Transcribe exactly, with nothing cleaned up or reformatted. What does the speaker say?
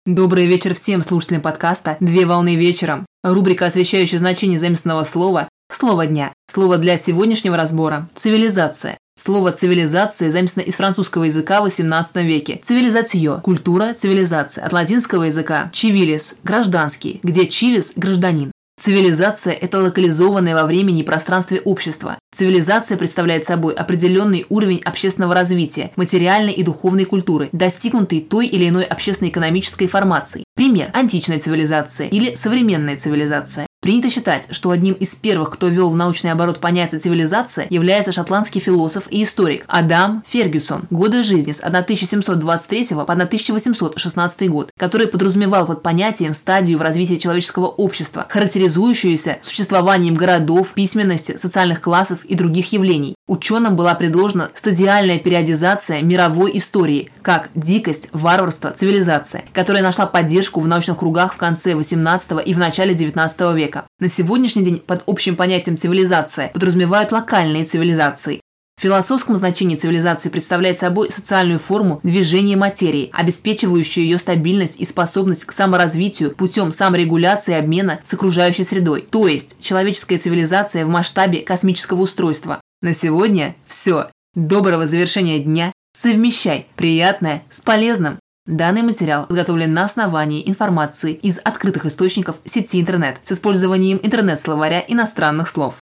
Добрый вечер всем слушателям подкаста «Две волны вечером». Рубрика, освещающая значение заместного слова «Слово дня». Слово для сегодняшнего разбора – «цивилизация». Слово «цивилизация» заместно из французского языка в восемнадцатом веке. «Цивилизатио» – культура, цивилизация. От латинского языка «civilis» – гражданский, где «civis» – гражданин. Цивилизация – это локализованное во времени и пространстве общество. Цивилизация представляет собой определенный уровень общественного развития, материальной и духовной культуры, достигнутый той или иной общественно-экономической формацией. Пример – античная цивилизация или современная цивилизация. Принято считать, что одним из первых, кто ввел в научный оборот понятие «цивилизация», является шотландский философ и историк Адам Фергюсон, годы жизни с тысяча семьсот двадцать третьего по тысяча восемьсот шестнадцатый год, который подразумевал под понятием стадию в развитии человеческого общества, характеризующуюся существованием городов, письменности, социальных классов и других явлений. Ученым была предложена стадиальная периодизация мировой истории, как дикость, варварство, цивилизация, которая нашла поддержку в научных кругах в конце восемнадцатого и в начале девятнадцатого века. На сегодняшний день под общим понятием цивилизация подразумевают локальные цивилизации. В философском значении цивилизации представляет собой социальную форму движения материи, обеспечивающую ее стабильность и способность к саморазвитию путем саморегуляции и обмена с окружающей средой, то есть человеческая цивилизация в масштабе космического устройства. На сегодня все. Доброго завершения дня. Совмещай приятное с полезным. Данный материал подготовлен на основании информации из открытых источников сети интернет с использованием интернет-словаря иностранных слов.